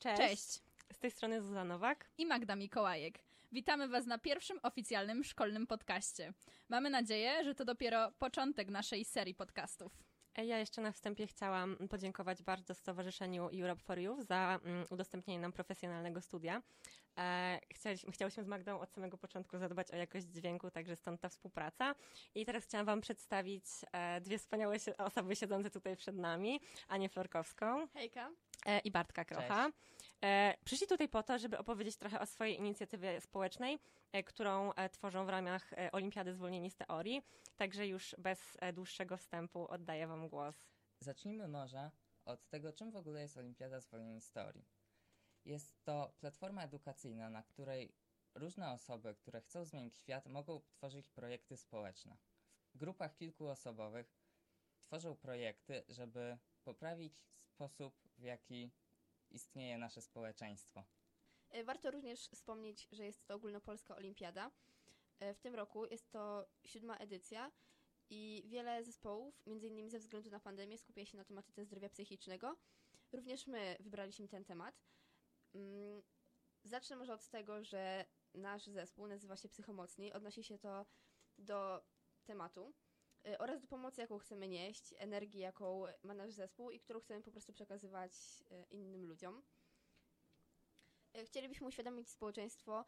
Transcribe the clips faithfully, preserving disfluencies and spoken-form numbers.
Cześć. Cześć. Z tej strony Zuzanna Nowak I Magda Mikołajek. Witamy Was na pierwszym oficjalnym szkolnym podcaście. Mamy nadzieję, że to dopiero początek naszej serii podcastów. Ja jeszcze na wstępie chciałam podziękować bardzo Stowarzyszeniu Europe for Youth za um, udostępnienie nam profesjonalnego studia. E, chcieliśmy, chciałyśmy z Magdą od samego początku zadbać o jakość dźwięku, także stąd ta współpraca. I teraz chciałam Wam przedstawić e, dwie wspaniałe si- osoby siedzące tutaj przed nami. Anię Florkowską. Hejka. I Bartka Krocha. E, przyszli tutaj po to, żeby opowiedzieć trochę o swojej inicjatywie społecznej, e, którą e, tworzą w ramach e, Olimpiady Zwolnieni z Teorii. Także już bez e, dłuższego wstępu oddaję Wam głos. Zacznijmy może od tego, czym w ogóle jest Olimpiada Zwolnieni z Teorii. Jest to platforma edukacyjna, na której różne osoby, które chcą zmienić świat, mogą tworzyć projekty społeczne. W grupach kilkuosobowych tworzą projekty, żeby poprawić sposób, w jaki istnieje nasze społeczeństwo. Warto również wspomnieć, że jest to ogólnopolska olimpiada. W tym roku jest to siódma edycja i wiele zespołów, między innymi ze względu na pandemię, skupia się na tematyce zdrowia psychicznego. Również my wybraliśmy ten temat. Zacznę może od tego, że nasz zespół nazywa się Psychomocni. Odnosi się to do tematu oraz do pomocy, jaką chcemy nieść, energii, jaką ma nasz zespół i którą chcemy po prostu przekazywać innym ludziom. Chcielibyśmy uświadomić społeczeństwo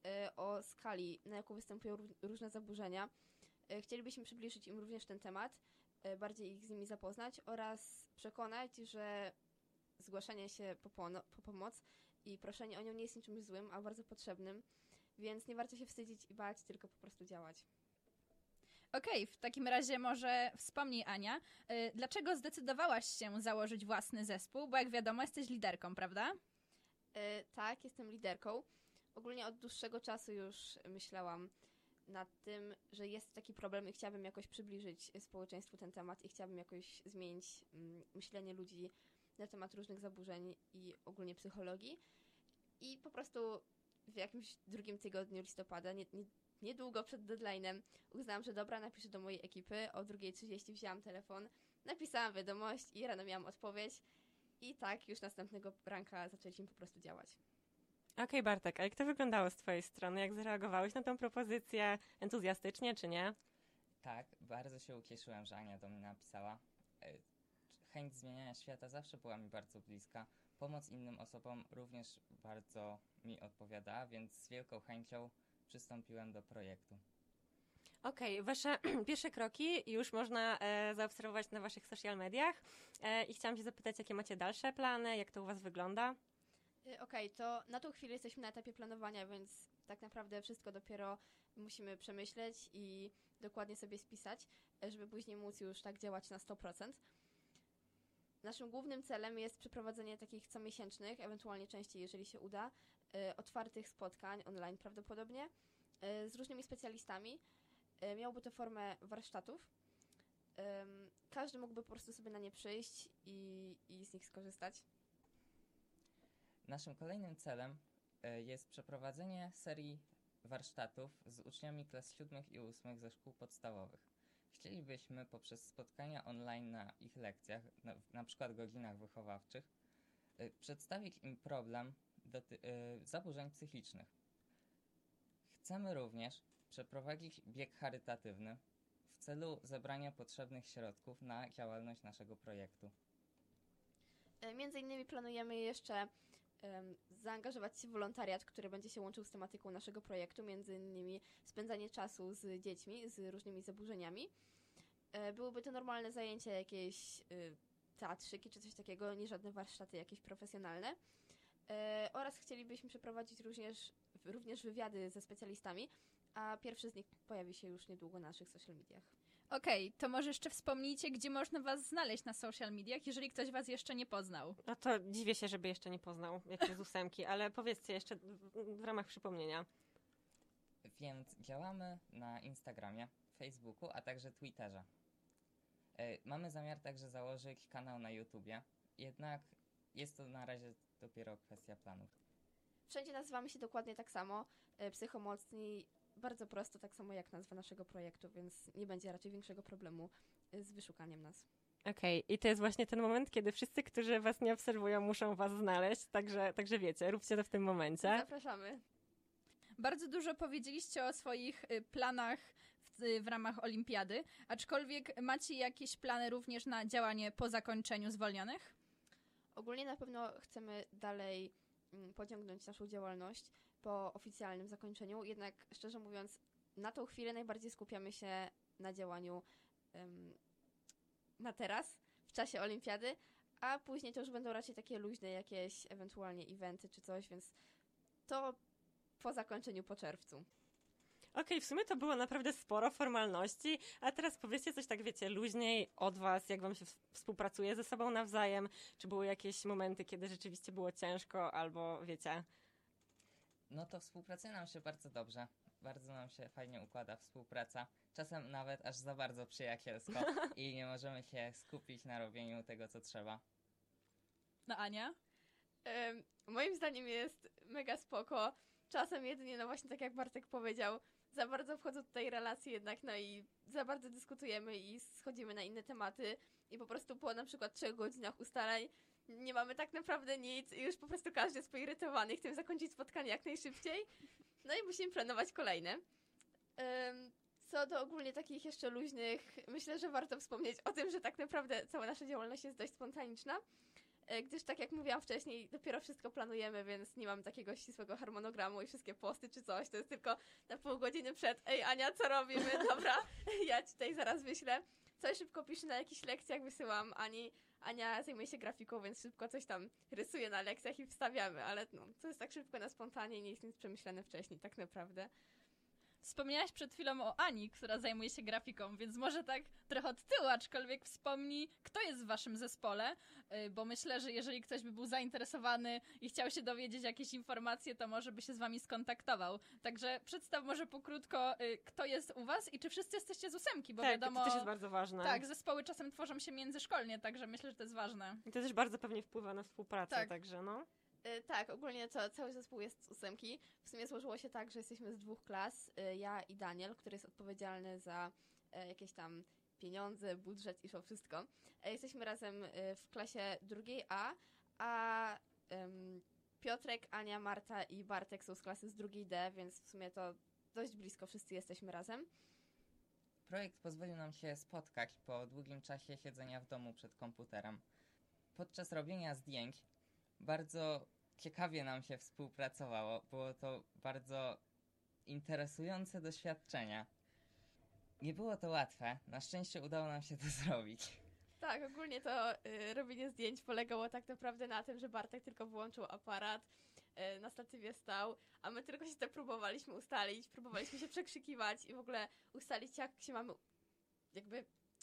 o skali, na jaką występują różne zaburzenia. Chcielibyśmy przybliżyć im również ten temat, bardziej ich z nimi zapoznać oraz przekonać, że zgłaszanie się po, pono- po pomoc i proszenie o nią nie jest niczym złym, a bardzo potrzebnym, więc nie warto się wstydzić i bać, tylko po prostu działać. Okej, okay, w takim razie może wspomnij, Ania, yy, dlaczego zdecydowałaś się założyć własny zespół? Bo jak wiadomo, jesteś liderką, prawda? Yy, tak, jestem liderką. Ogólnie od dłuższego czasu już myślałam nad tym, że jest taki problem i chciałabym jakoś przybliżyć społeczeństwu ten temat i chciałabym jakoś zmienić mm, myślenie ludzi na temat różnych zaburzeń i ogólnie psychologii. I po prostu w jakimś drugim tygodniu listopada, nie, nie, niedługo przed deadline'em, uznałam, że dobra, napiszę do mojej ekipy. O drugiej trzydzieści wzięłam telefon, napisałam wiadomość i rano miałam odpowiedź. I tak już następnego ranka zaczęliśmy po prostu działać. Okej, okay, Bartek, a jak to wyglądało z Twojej strony? Jak zareagowałeś na tę propozycję? Entuzjastycznie, czy nie? Tak, bardzo się ucieszyłem, że Ania do mnie napisała. Chęć zmieniania świata zawsze była mi bardzo bliska. Pomoc innym osobom również bardzo mi odpowiada, więc z wielką chęcią przystąpiłem do projektu. Okej, okay, Wasze pierwsze kroki już można e, zaobserwować na Waszych social mediach e, i chciałam się zapytać, jakie macie dalsze plany, jak to u Was wygląda? Okej, okay, to na tą chwilę jesteśmy na etapie planowania, więc tak naprawdę wszystko dopiero musimy przemyśleć i dokładnie sobie spisać, żeby później móc już tak działać na sto procent. Naszym głównym celem jest przeprowadzenie takich comiesięcznych, ewentualnie częściej, jeżeli się uda, y, otwartych spotkań online prawdopodobnie y, z różnymi specjalistami. Y, miałoby to formę warsztatów. Y, każdy mógłby po prostu sobie na nie przyjść i, i z nich skorzystać. Naszym kolejnym celem y, jest przeprowadzenie serii warsztatów z uczniami klas siódmych i ósmych ze szkół podstawowych. Chcielibyśmy poprzez spotkania online na ich lekcjach, na, na przykład godzinach wychowawczych, y, przedstawić im problem doty- y, zaburzeń psychicznych. Chcemy również przeprowadzić bieg charytatywny w celu zebrania potrzebnych środków na działalność naszego projektu. Między innymi planujemy jeszcze um, zaangażować się w wolontariat, który będzie się łączył z tematyką naszego projektu, między innymi spędzanie czasu z dziećmi z różnymi zaburzeniami. E, byłyby to normalne zajęcia, jakieś y, teatrzyki czy coś takiego, nie żadne warsztaty jakieś profesjonalne. E, oraz chcielibyśmy przeprowadzić również, również wywiady ze specjalistami, a pierwszy z nich pojawi się już niedługo na naszych social mediach. Okej, okay, to może jeszcze wspomnijcie, gdzie można Was znaleźć na social mediach, jeżeli ktoś Was jeszcze nie poznał. No to dziwię się, żeby jeszcze nie poznał, jak z ósemki, ale powiedzcie jeszcze w, w ramach przypomnienia. Więc działamy na Instagramie, Facebooku, a także Twitterze. Yy, mamy zamiar także założyć kanał na YouTubie, jednak jest to na razie dopiero kwestia planów. Wszędzie nazywamy się dokładnie tak samo, Psychomocni, bardzo prosto, tak samo jak nazwa naszego projektu, więc nie będzie raczej większego problemu z wyszukaniem nas. Okej, i to jest właśnie ten moment, kiedy wszyscy, którzy was nie obserwują, muszą was znaleźć, także, także wiecie, róbcie to w tym momencie. Zapraszamy. Bardzo dużo powiedzieliście o swoich y, planach w, y, w ramach olimpiady, aczkolwiek macie jakieś plany również na działanie po zakończeniu zwolnionych? Ogólnie na pewno chcemy dalej mm, pociągnąć naszą działalność po oficjalnym zakończeniu, jednak szczerze mówiąc, na tą chwilę najbardziej skupiamy się na działaniu em, na teraz, w czasie olimpiady, a później to już będą raczej takie luźne jakieś ewentualnie eventy czy coś, więc to po zakończeniu po czerwcu. Okej, w sumie to było naprawdę sporo formalności, a teraz powiedzcie coś tak, wiecie, luźniej od was, jak wam się w- współpracuje ze sobą nawzajem, czy były jakieś momenty, kiedy rzeczywiście było ciężko, albo wiecie... No to współpracuje nam się bardzo dobrze. Bardzo nam się fajnie układa współpraca. Czasem nawet aż za bardzo przyjacielsko i nie możemy się skupić na robieniu tego, co trzeba. No Ania? Em, moim zdaniem jest mega spoko. Czasem jedynie, no właśnie tak jak Bartek powiedział, za bardzo wchodzą tutaj relacje jednak, no i za bardzo dyskutujemy i schodzimy na inne tematy i po prostu po na przykład trzech godzinach ustaleń nie mamy tak naprawdę nic i już po prostu każdy jest poirytowany i chcemy zakończyć spotkanie jak najszybciej. No i musimy planować kolejne. Em, Co do ogólnie takich jeszcze luźnych, myślę, że warto wspomnieć o tym, że tak naprawdę cała nasza działalność jest dość spontaniczna, e, gdyż tak jak mówiłam wcześniej, dopiero wszystko planujemy, więc nie mamy takiego ścisłego harmonogramu i wszystkie posty czy coś, to jest tylko na pół godziny przed, ej Ania, co robimy? Dobra, ja ci tutaj zaraz wyślę. Coś szybko piszę na jakichś lekcjach, wysyłam Ani. Ania zajmuje się grafiką, więc szybko coś tam rysuje na lekcjach i wstawiamy, ale no, to jest tak szybko na spontanie, nie jest nic przemyślane wcześniej, tak naprawdę. Wspomniałaś przed chwilą o Ani, która zajmuje się grafiką, więc może tak trochę od tyłu, aczkolwiek wspomnij, kto jest w waszym zespole, y, bo myślę, że jeżeli ktoś by był zainteresowany i chciał się dowiedzieć jakieś informacje, to może by się z wami skontaktował. Także przedstaw może pokrótko, y, kto jest u was i czy wszyscy jesteście z ósemki, bo tak, wiadomo... to też jest bardzo ważne. Tak, zespoły czasem tworzą się międzyszkolnie, także myślę, że to jest ważne. I to też bardzo pewnie wpływa na współpracę, Tak. także no. Y, tak, ogólnie to cały zespół jest z ósemki. W sumie złożyło się tak, że jesteśmy z dwóch klas. Y, ja i Daniel, który jest odpowiedzialny za y, jakieś tam pieniądze, budżet i to wszystko. Y, jesteśmy razem y, w klasie drugiej A, a ym, Piotrek, Ania, Marta i Bartek są z klasy z drugiej D, więc w sumie to dość blisko wszyscy jesteśmy razem. Projekt pozwolił nam się spotkać po długim czasie siedzenia w domu przed komputerem. Podczas robienia zdjęć bardzo ciekawie nam się współpracowało. Było to bardzo interesujące doświadczenie. Nie było to łatwe. Na szczęście udało nam się to zrobić. Tak, ogólnie to y, robienie zdjęć polegało tak naprawdę na tym, że Bartek tylko włączył aparat, y, na statywie stał, a my tylko się to próbowaliśmy ustalić, próbowaliśmy się przekrzykiwać i w ogóle ustalić, jak się mamy jakby...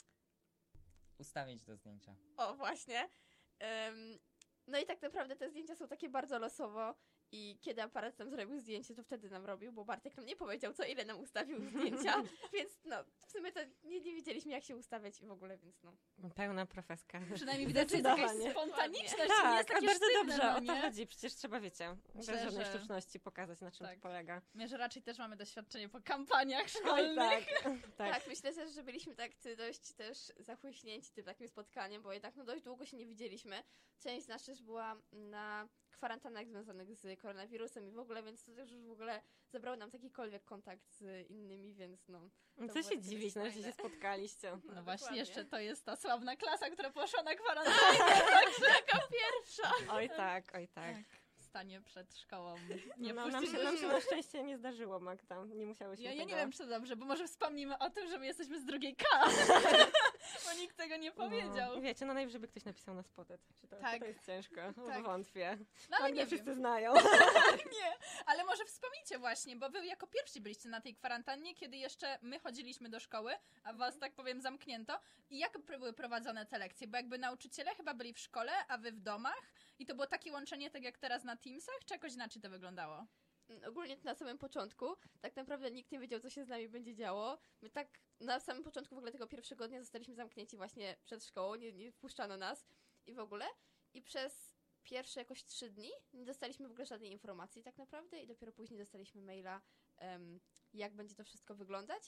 Ustawić do zdjęcia. O, właśnie. Ym, no i tak naprawdę te zdjęcia są takie bardzo losowo i kiedy aparat nam zrobił zdjęcie, to wtedy nam robił, bo Bartek nam nie powiedział, co ile nam ustawił zdjęcia, więc no, w sumie to nie, nie wiedzieliśmy, jak się ustawiać i w ogóle, więc no. Pełna profeska. Przynajmniej widać, że jest jakaś Zdecydowanie. spontaniczność, nie jest Tak, a takie bardzo sztywne, dobrze, no o to nie? chodzi. Przecież trzeba, wiecie, Myślę, bez żadnej że- sztuczności pokazać, na czym Tak. to polega. My, że raczej też mamy doświadczenie po kampaniach Oj, szkolnych. tak, Tak. tak. myślę też, że byliśmy tak ty, dość też zachłyśnięci tym takim spotkaniem, bo jednak no dość długo się nie widzieliśmy. Część z nas też była na kwarantannach związanych z koronawirusem i w ogóle, więc to też już w ogóle zabrało nam jakikolwiek kontakt z innymi, więc no. Co było się takie dziwić, dość nareszcie fajne. się spotkaliście. No, No, właśnie, dokładnie. jeszcze to jest ta sławna klasa, która poszła na kwarantannę. Taka pierwsza! Oj tak, oj tak. Stanie przed szkołą. Nie No, nam, się, nam się na szczęście nie zdarzyło, Magda. Nie musiałyśmy Ja, ja tego... nie wiem, czy to dobrze, bo może wspomnimy o tym, że my jesteśmy z drugiej K. Bo nikt tego nie powiedział. No, wiecie, no najwyżej by ktoś napisał na spotet. Czy to, Tak. czy to jest ciężko? No, Tak. Wątpię. No ale Magdę nie wszyscy wiem. znają. Nie, ale może wspomnijcie właśnie, bo wy jako pierwsi byliście na tej kwarantannie, kiedy jeszcze my chodziliśmy do szkoły, a was, tak powiem, zamknięto. I jak pr- były prowadzone te lekcje? Bo jakby nauczyciele chyba byli w szkole, a wy w domach i to było takie łączenie tak jak teraz na Teamsach, czy jakoś inaczej to wyglądało? Ogólnie to na samym początku tak naprawdę nikt nie wiedział, co się z nami będzie działo. My tak na samym początku w ogóle tego pierwszego dnia zostaliśmy zamknięci właśnie przed szkołą, nie, nie wpuszczano nas i w ogóle. I przez pierwsze jakoś trzy dni nie dostaliśmy w ogóle żadnej informacji tak naprawdę i dopiero później dostaliśmy maila, em, jak będzie to wszystko wyglądać.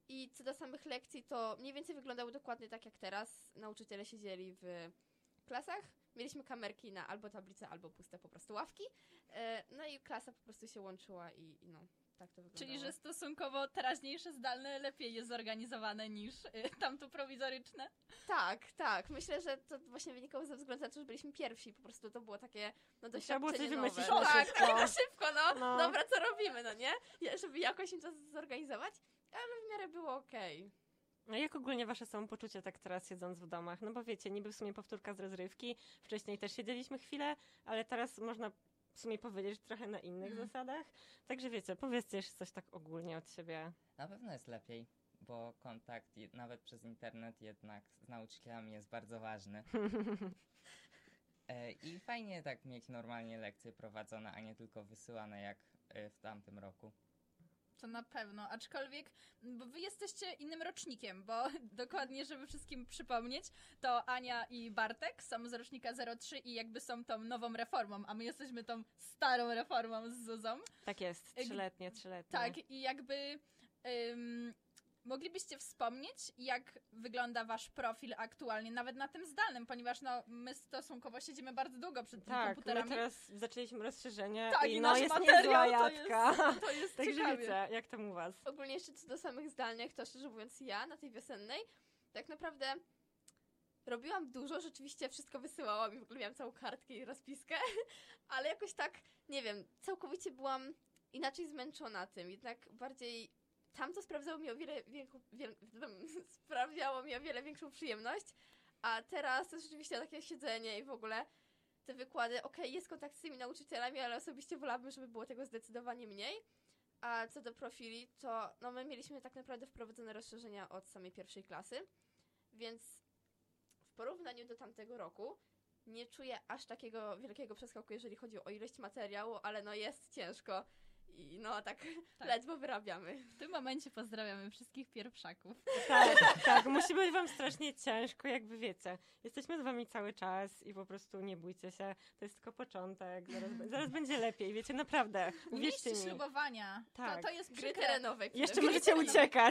I co do samych lekcji, to mniej więcej wyglądały dokładnie tak jak teraz. Nauczyciele siedzieli w klasach, mieliśmy kamerki na albo tablicę, albo puste po prostu ławki. E, no i klasa po prostu się łączyła i, i no, tak to wyglądało. Czyli, że stosunkowo teraźniejsze zdalne lepiej jest zorganizowane niż y, tamto prowizoryczne? Tak, tak. Myślę, że to właśnie wynikało ze względu na to, że byliśmy pierwsi. Po prostu to było takie, no Trzeba było coś doświadczenie wymyślić nowe. na Tak, szybko. tak, na szybko, no. No. Dobra, co robimy, no nie? Ja- Żeby jakoś im to zorganizować, ale w miarę było okej. A jak ogólnie wasze samopoczucie tak teraz siedząc w domach? No bo wiecie, niby w sumie powtórka z rozrywki, wcześniej też siedzieliśmy chwilę, ale teraz można w sumie powiedzieć trochę na innych Mm. zasadach. Także wiecie, powiedzcie jeszcze coś tak ogólnie od siebie. Na pewno jest lepiej, bo kontakt je- nawet przez internet jednak z nauczycielami jest bardzo ważny. E, I fajnie tak mieć normalnie lekcje prowadzone, a nie tylko wysyłane jak e, w tamtym roku. To na pewno, aczkolwiek, bo wy jesteście innym rocznikiem, bo dokładnie, żeby wszystkim przypomnieć, to Ania i Bartek są z rocznika zero trzy i jakby są tą nową reformą, a my jesteśmy tą starą reformą z Zuzą. Tak jest, Eg- trzyletnie, trzyletnie. Tak, i jakby ym, moglibyście wspomnieć, jak wygląda wasz profil aktualnie, nawet na tym zdalnym, ponieważ no, my stosunkowo siedzimy bardzo długo przed tymi Tak, my komputerami. teraz zaczęliśmy rozszerzenie Tak, i i no nasz jest materiał niezła to jadka. To jest Także ciekawie. wiecie, jak tam u was? Ogólnie jeszcze co do samych zdalnych, to szczerze mówiąc ja na tej wiosennej tak naprawdę robiłam dużo, rzeczywiście wszystko wysyłałam i w ogóle miałam całą kartkę i rozpiskę, ale jakoś tak, nie wiem, całkowicie byłam inaczej zmęczona tym, jednak bardziej tamto sprawdzało mi o wiele, większą, wiel, sprawiało mi o wiele większą przyjemność, a teraz to rzeczywiście takie siedzenie i w ogóle te wykłady, okej, jest kontakt z tymi nauczycielami, ale osobiście wolałabym, żeby było tego zdecydowanie mniej. A co do profili, to no my mieliśmy tak naprawdę wprowadzone rozszerzenia od samej pierwszej klasy, więc w porównaniu do tamtego roku nie czuję aż takiego wielkiego przeskoku, jeżeli chodzi o ilość materiału, ale no jest ciężko i no tak, Tak. ledwo wyrabiamy. W tym momencie pozdrawiamy wszystkich pierwszaków. Tak, tak, musi być wam strasznie ciężko, jakby wiecie. Jesteśmy z wami cały czas i po prostu nie bójcie się, to jest tylko początek, zaraz, b- zaraz będzie lepiej, wiecie, naprawdę, Nie uwierzcie mieliście mi. ślubowania. Tak. To, to jest Gry przykre. terenowej. przede Jeszcze wszystkim. możecie uciekać.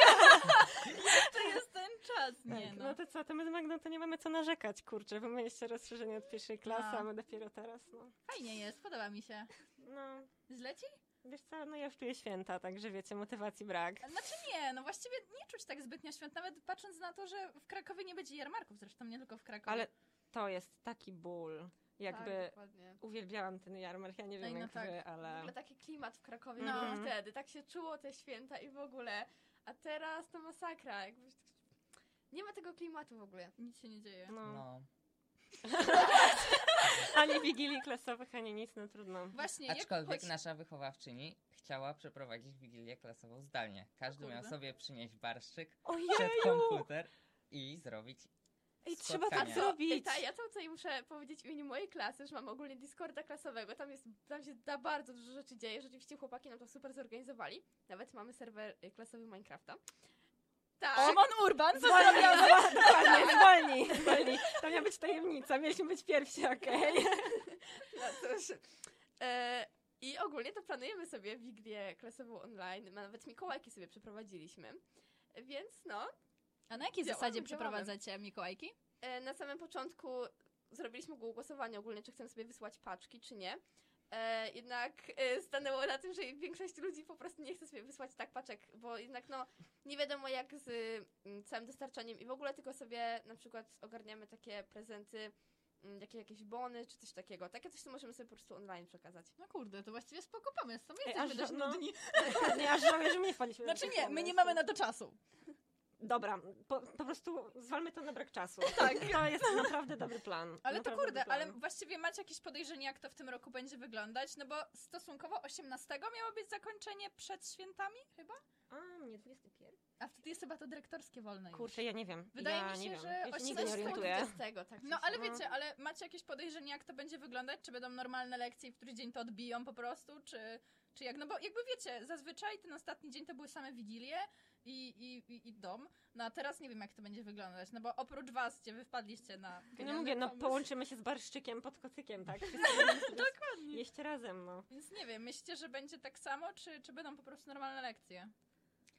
To jest ten czas. Nie Tak, no. no to co, to my z Magdą to nie mamy co narzekać, kurczę, wy mieliście rozszerzenie od pierwszej klasy, No. a my dopiero teraz, no. Fajnie jest, podoba mi się. No, Zleci? wiesz co, no ja już czuję święta, także wiecie, motywacji brak. Znaczy nie, no właściwie nie czuć tak zbytnio świąt, nawet patrząc na to, że w Krakowie nie będzie jarmarków, zresztą nie tylko w Krakowie. Ale to jest taki ból, jakby Tak, dokładnie. uwielbiałam ten jarmark, ja nie wiem Ej, no jak tak. wy, W ale... ogóle taki klimat w Krakowie No. był wtedy, tak się czuło te święta i w ogóle, a teraz to masakra, jakby nie ma tego klimatu w ogóle. Nic się nie dzieje. No. No. Ani wigilii klasowych, ani nic, no trudno. Właśnie, jak Aczkolwiek choć... nasza wychowawczyni chciała przeprowadzić wigilię klasową zdalnie. Każdy kurde. miał sobie przynieść barszczyk Ojej! przed komputer i zrobić Ej, trzeba tak spotkania. zrobić! Ej, ta, ja to co muszę powiedzieć w imieniu mojej klasy, że mam ogólnie Discorda klasowego, tam jest, tam się da bardzo dużo rzeczy dzieje, rzeczywiście chłopaki nam to super zorganizowali, nawet mamy serwer y, klasowy Minecrafta. Tak. Szymon Urban, Zwolnij, pozdrawiamy! zwa- dokładnie, zwolnij, zwolnij. To miała być tajemnica, mieliśmy być pierwsi, okej? No cóż. E, I ogólnie to planujemy sobie Wigilię klasową online, nawet Mikołajki sobie przeprowadziliśmy, więc no, A na jakiej Działamy, zasadzie działamy. przeprowadzacie Mikołajki? e, na samym początku zrobiliśmy głosowanie ogólnie, czy chcemy sobie wysłać paczki, czy nie. E, jednak e, stanęło na tym, że większość ludzi po prostu nie chce sobie wysłać tak paczek, bo jednak no nie wiadomo jak z mm, całym dostarczaniem i w ogóle tylko sobie na przykład ogarniamy takie prezenty, mm, jakie, jakieś bony czy coś takiego. Takie coś, co możemy sobie po prostu online przekazać. No kurde, to właściwie spoko pomysł, to my Ej, jesteśmy aż dość ża- no. nudni. Nie, aż żałuję, że mnie wpaliśmy. Znaczy nie, my nie mamy na to czasu. Dobra, po, po prostu zwalmy to na brak czasu. Tak. To jest naprawdę dobry plan. Ale to naprawdę kurde, dobry plan. ale właściwie macie jakieś podejrzenie, jak to w tym roku będzie wyglądać? No bo stosunkowo osiemnastego miało być zakończenie przed świętami chyba? A, nie, dwudziesty pierwszy? A wtedy jest chyba to dyrektorskie wolne już. Kurczę, ja nie wiem. Wydaje ja mi się, nie wiem. że Ja się nigdy nie osiemnastego orientuję. Z tego, tak. No czy ale siak. wiecie, ale macie jakieś podejrzenie, jak to będzie wyglądać? Czy będą normalne lekcje i w któryś dzień to odbiją po prostu? Czy, czy jak? No bo jakby wiecie, zazwyczaj ten ostatni dzień to były same wigilie i, i, i, i dom. No a teraz nie wiem, jak to będzie wyglądać. No bo oprócz was, gdzie wy wpadliście na No genialny mówię, no pomysł. połączymy się z barszczykiem pod kocykiem, tak? Dokładnie. Jeść razem, no. Więc nie wiem, myślicie, że będzie tak samo, czy, czy będą po prostu normalne lekcje?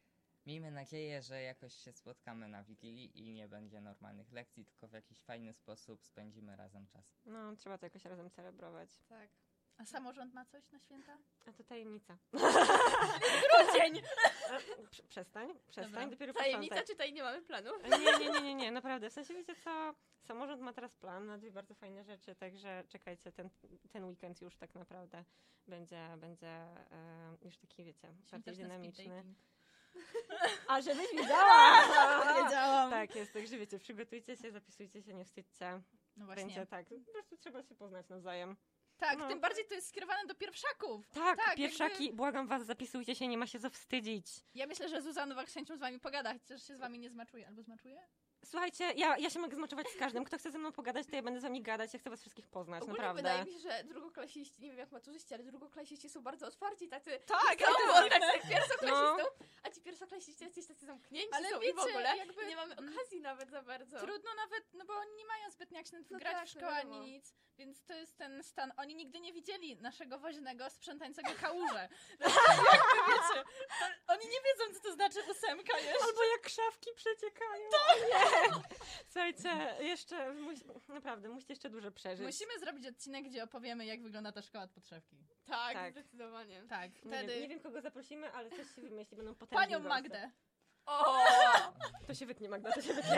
Miejmy nadzieję, że jakoś się spotkamy na Wigilii i nie będzie normalnych lekcji, tylko w jakiś fajny sposób spędzimy razem czas. No, trzeba to jakoś razem celebrować. Tak. A samorząd ma coś na święta? A to tajemnica. Grudzień! E, prze- Przestań, przestań, Dobra. dopiero Tajemnica, początek. czy tutaj nie mamy planu? Nie, nie, nie, nie, nie, naprawdę. W sensie, wiecie co, samorząd ma teraz plan na dwie bardzo fajne rzeczy, także czekajcie, ten, ten weekend już tak naprawdę będzie, będzie e, już taki, wiecie, bardziej Świąteczny dynamiczny. speed dating. A żebyś wiedziała! Wiedziałam. Tak jest, także wiecie, przygotujcie się, zapisujcie się, nie wstydźcie. No właśnie. Będzie tak, po prostu trzeba się poznać nawzajem. Tak, No. tym bardziej to jest skierowane do pierwszaków. Tak, Tak, pierwszaki, jakby- błagam was, zapisujcie się, nie ma się co wstydzić. Ja myślę, że Zuzanowa z chęcią z wami pogada, chociaż się z wami nie zmaczuje. Albo zmaczuje? Słuchajcie, ja, ja się mogę zmaczować z każdym. Kto chce ze mną pogadać, to ja będę z wami gadać. Ja chcę was wszystkich poznać, Ogólnie naprawdę. wydaje mi się, że drugoklasiści, nie wiem jak maturzyści, ale drugoklasiści są bardzo otwarci, tacy... Tak, to było tak jak pierwszoklasistów, No. a ci pierwszoklasiści jacyś tacy zamknięci Ale są wiecie, i w ogóle jakby- nie mamy okazji nawet za bardzo. Trudno nawet, no bo oni nie mają zbytnio jak się nawet No wgrać tak, w no szkołę ani wiadomo. nic, więc to jest ten stan. Oni nigdy nie widzieli naszego woźnego sprzątającego kałużę. Jakby wiecie, to oni nie wiedzą, co to znaczy ósemka jeszcze. Albo jak szafki przeciekają. Tak! Nie. Słuchajcie, jeszcze, muś, naprawdę, musicie jeszcze dużo przeżyć. Musimy zrobić odcinek, gdzie opowiemy, jak wygląda ta szkoła od podszewki. Tak, Tak. zdecydowanie. Tak, Nie, wtedy wiem, nie wiem, kogo zaprosimy, ale coś się wymyśli, będą potężni panią goście. Magdę. O! To się wytnie, Magda, to się wytnie.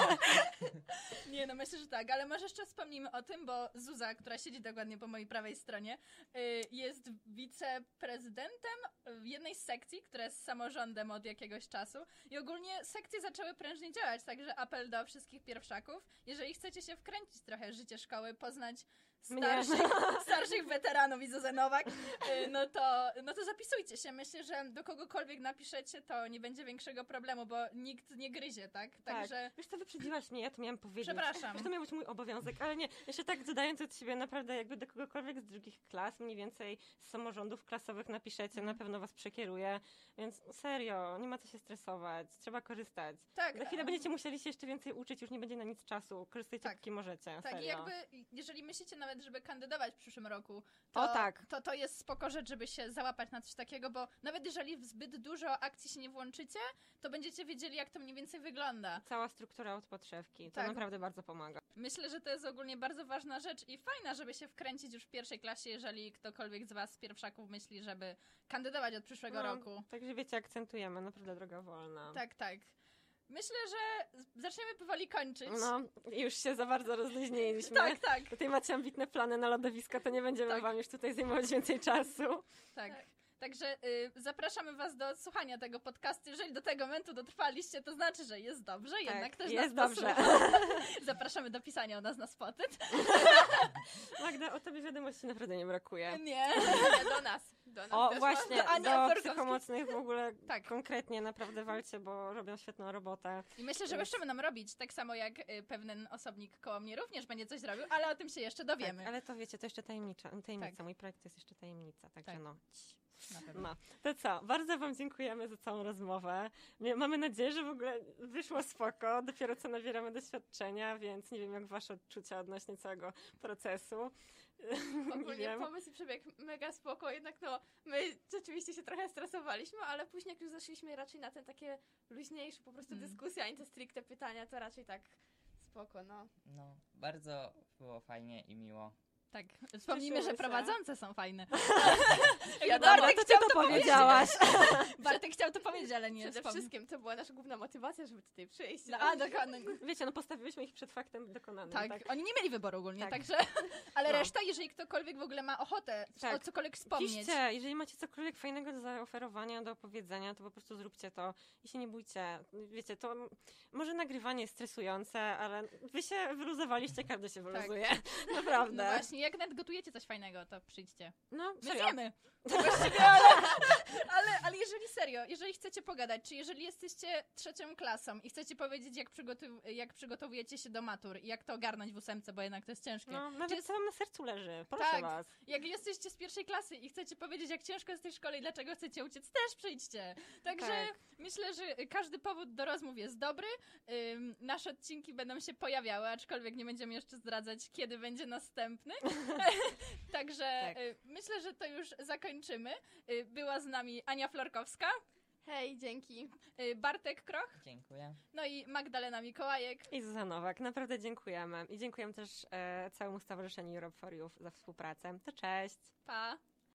Nie, no myślę, że tak, ale może jeszcze wspomnimy o tym, bo Zuza, która siedzi dokładnie po mojej prawej stronie, y, jest wiceprezydentem w jednej z sekcji, która jest samorządem od jakiegoś czasu i ogólnie sekcje zaczęły prężnie działać, także apel do wszystkich pierwszaków, jeżeli chcecie się wkręcić trochę w życie szkoły, poznać Mnie. starszych, starszych weteranów i Zuzę Nowak, y, no to, no to zapisujcie się. Myślę, że do kogokolwiek napiszecie, to nie będzie większego problemu, bo nikt nie gryzie, tak? Także Wiesz co, wyprzedziłaś mnie, ja to miałam powiedzieć. przepraszam. Wiesz, to miał być mój obowiązek, ale nie. Jeszcze tak dodając od siebie, naprawdę jakby do kogokolwiek z drugich klas, mniej więcej z samorządów klasowych napiszecie, na pewno was przekieruje, więc serio, nie ma co się stresować, trzeba korzystać. Tak, Za chwilę będziecie musieli się jeszcze więcej uczyć, już nie będzie na nic czasu, korzystajcie Tak. póki możecie, Tak, i serio. jakby, jeżeli myślicie nawet, żeby kandydować w przyszłym roku, to, O tak. to, to jest spoko rzecz, żeby się załapać na coś takiego, bo nawet jeżeli w zbyt dużo akcji się nie włączycie, to będziecie wiedzieli, jak to mniej więcej wygląda. Cała struktura od podszewki, to Tak. naprawdę bardzo pomaga. Myślę, że to jest ogólnie bardzo ważna rzecz i fajna, żeby się wkręcić już w pierwszej klasie, jeżeli ktokolwiek z was z pierwszaków myśli, żeby kandydować od przyszłego No, roku. Także wiecie, akcentujemy, naprawdę droga wolna. Tak, tak. Myślę, że zaczniemy powoli kończyć. No, już się za bardzo rozluźniliśmy. Tak, tak, Tutaj macie ambitne plany na lodowiska, to nie będziemy Tak. wam już tutaj zajmować więcej czasu. tak. Tak. Także y, zapraszamy was do słuchania tego podcastu. Jeżeli do tego momentu dotrwaliście, to znaczy, że jest dobrze, jednak Tak, też jest nas dobrze. posłucha. Zapraszamy do pisania o nas na spotyt. Magda, o tobie wiadomości naprawdę nie brakuje. Nie. Nie, do nas. Do nas O, też właśnie, do Ani do Aforkowskiej. psychomocnych w ogóle Tak. konkretnie naprawdę walcie, bo robią świetną robotę. I myślę, że Więc- jeszcze będą robić, tak samo jak y, pewien osobnik koło mnie również będzie coś zrobił, ale o tym się jeszcze dowiemy. Tak, ale to wiecie, to jeszcze tajemnicza, tajemnica. Tak. Mój projekt to jest jeszcze tajemnica, także Tak. no. Cii. Na pewno. No, to co? Bardzo wam dziękujemy za całą rozmowę. Mie- Mamy nadzieję, że w ogóle wyszło spoko. Dopiero co nabieramy doświadczenia, więc nie wiem, jak wasze odczucia odnośnie całego procesu. Nie Ogólnie wiem. pomysł i przebieg mega spoko, jednak no, my rzeczywiście się trochę stresowaliśmy, ale później jak już zeszliśmy raczej na ten takie luźniejsze po prostu Mm. dyskusje, a nie te stricte pytania, to raczej tak spoko, no. No, bardzo było fajnie i miło. Tak, wspomnijmy, Cieszymy że się. prowadzące są fajne. Wiadomo, Bartek to ty chciał to to powiedziałaś. Bartek chciał to powiedzieć, ale nie Przede wspomniał. wszystkim to była nasza główna motywacja, żeby tutaj przyjść. No, a, dokładnie. Wiecie, no postawiłyśmy ich przed faktem dokonanym. Tak, Tak, oni nie mieli wyboru ogólnie, Tak. także... Ale No. reszta, jeżeli ktokolwiek w ogóle ma ochotę Tak. o cokolwiek wspomnieć... Piszcie, jeżeli macie cokolwiek fajnego do zaoferowania, do opowiedzenia, to po prostu zróbcie to i się nie bójcie. Wiecie, to m- może nagrywanie jest stresujące, ale wy się wyluzowaliście, każdy się wyluzuje. No Naprawdę. właśnie, jak nawet gotujecie coś fajnego, to przyjdźcie. No, My serio. zjemy. Tak właściwie, ale, ale, ale jeżeli serio, jeżeli chcecie pogadać, czy jeżeli jesteście trzecią klasą i chcecie powiedzieć, jak, przygotow- jak przygotowujecie się do matur i jak to ogarnąć w ósemce, bo jednak to jest ciężkie. No, Czy nawet jest- co wam na sercu leży. Proszę Tak. was. Jak jesteście z pierwszej klasy i chcecie powiedzieć, jak ciężko jest w tej szkole i dlaczego chcecie uciec, też przyjdźcie. Także Tak. myślę, że każdy powód do rozmów jest dobry. Ym, nasze odcinki będą się pojawiały, aczkolwiek nie będziemy jeszcze zdradzać, kiedy będzie następny. Także Tak. y, myślę, że to już zakończymy. Y, była z nami Ania Florkowska. Hej, dzięki. Y, Bartek Kroch, Dziękuję. no i Magdalena Mikołajek. I Zuzanna Nowak, naprawdę dziękujemy. I dziękujemy też e, całemu Stowarzyszeniu Europe for Youth za współpracę. To cześć! Pa!